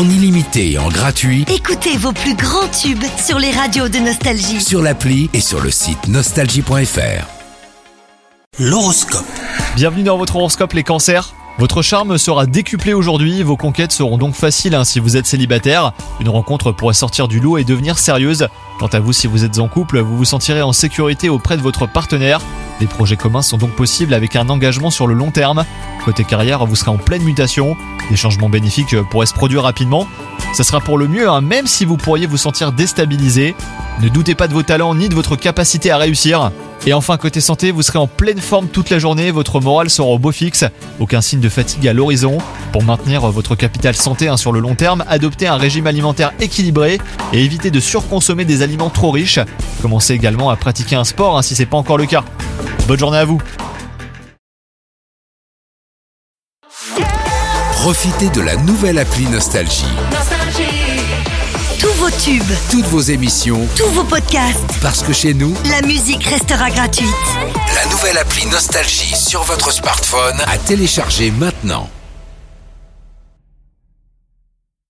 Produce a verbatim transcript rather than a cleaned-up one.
en illimité et en gratuit Écoutez vos plus grands tubes sur les radios de Nostalgie. sur l'appli et sur le site nostalgie point f r. L'horoscope. Bienvenue dans votre horoscope les cancers. Votre charme sera décuplé aujourd'hui, vos conquêtes seront donc faciles hein, si vous êtes célibataire. Une rencontre pourrait sortir du lot et devenir sérieuse. Quant à vous, si vous êtes en couple, vous vous sentirez en sécurité auprès de votre partenaire. Des projets communs sont donc possibles avec un engagement sur le long terme. Côté carrière, vous serez en pleine mutation. Des changements bénéfiques pourraient se produire rapidement. Ça sera pour le mieux, hein, même si vous pourriez vous sentir déstabilisé. Ne doutez pas de vos talents ni de votre capacité à réussir. Et enfin, côté santé, vous serez en pleine forme toute la journée, votre morale sera au beau fixe, aucun signe de fatigue à l'horizon. Pour maintenir votre capital santé hein, sur le long terme, adoptez un régime alimentaire équilibré et évitez de surconsommer des aliments trop riches. Commencez également à pratiquer un sport hein, si ce n'est pas encore le cas. Bonne journée à vous. Profitez de la nouvelle appli Nostalgie. Tous vos tubes, Toutes vos émissions, tous vos podcasts, parce que chez nous, la musique restera gratuite. la nouvelle appli Nostalgie sur votre smartphone à télécharger maintenant.